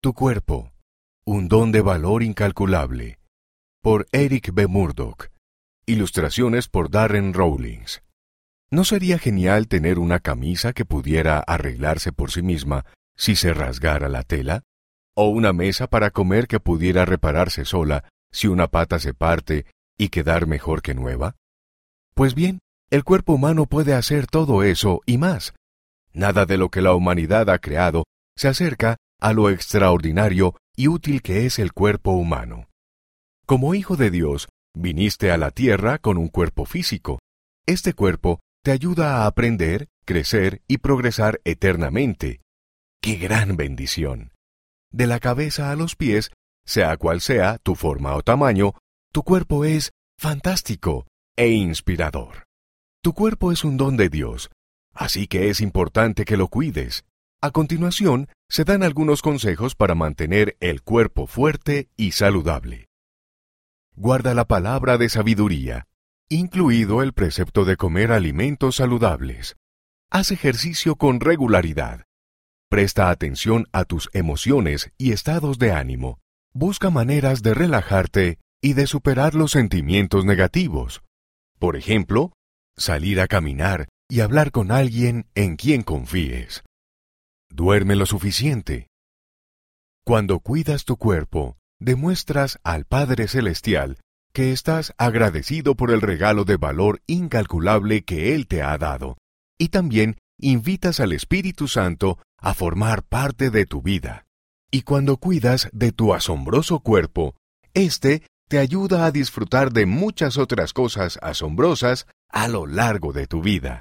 Tu cuerpo, un don de valor incalculable. Por Eric B. Murdoch. Ilustraciones por Darren Rawlings. ¿No sería genial tener una camisa que pudiera arreglarse por sí misma si se rasgara la tela? ¿O una mesa para comer que pudiera repararse sola si una pata se parte y quedar mejor que nueva? Pues bien, el cuerpo humano puede hacer todo eso y más. Nada de lo que la humanidad ha creado se acerca a lo extraordinario y útil que es el cuerpo humano. Como hijo de Dios, viniste a la tierra con un cuerpo físico. Este cuerpo te ayuda a aprender, crecer y progresar eternamente. ¡Qué gran bendición! De la cabeza a los pies, sea cual sea tu forma o tamaño, tu cuerpo es fantástico e inspirador. Tu cuerpo es un don de Dios, así que es importante que lo cuides. A continuación, se dan algunos consejos para mantener el cuerpo fuerte y saludable. Guarda la palabra de sabiduría, incluido el precepto de comer alimentos saludables. Haz ejercicio con regularidad. Presta atención a tus emociones y estados de ánimo. Busca maneras de relajarte y de superar los sentimientos negativos. Por ejemplo, salir a caminar y hablar con alguien en quien confíes. Duerme lo suficiente. Cuando cuidas tu cuerpo, demuestras al Padre Celestial que estás agradecido por el regalo de valor incalculable que Él te ha dado, y también invitas al Espíritu Santo a formar parte de tu vida. Y cuando cuidas de tu asombroso cuerpo, éste te ayuda a disfrutar de muchas otras cosas asombrosas a lo largo de tu vida.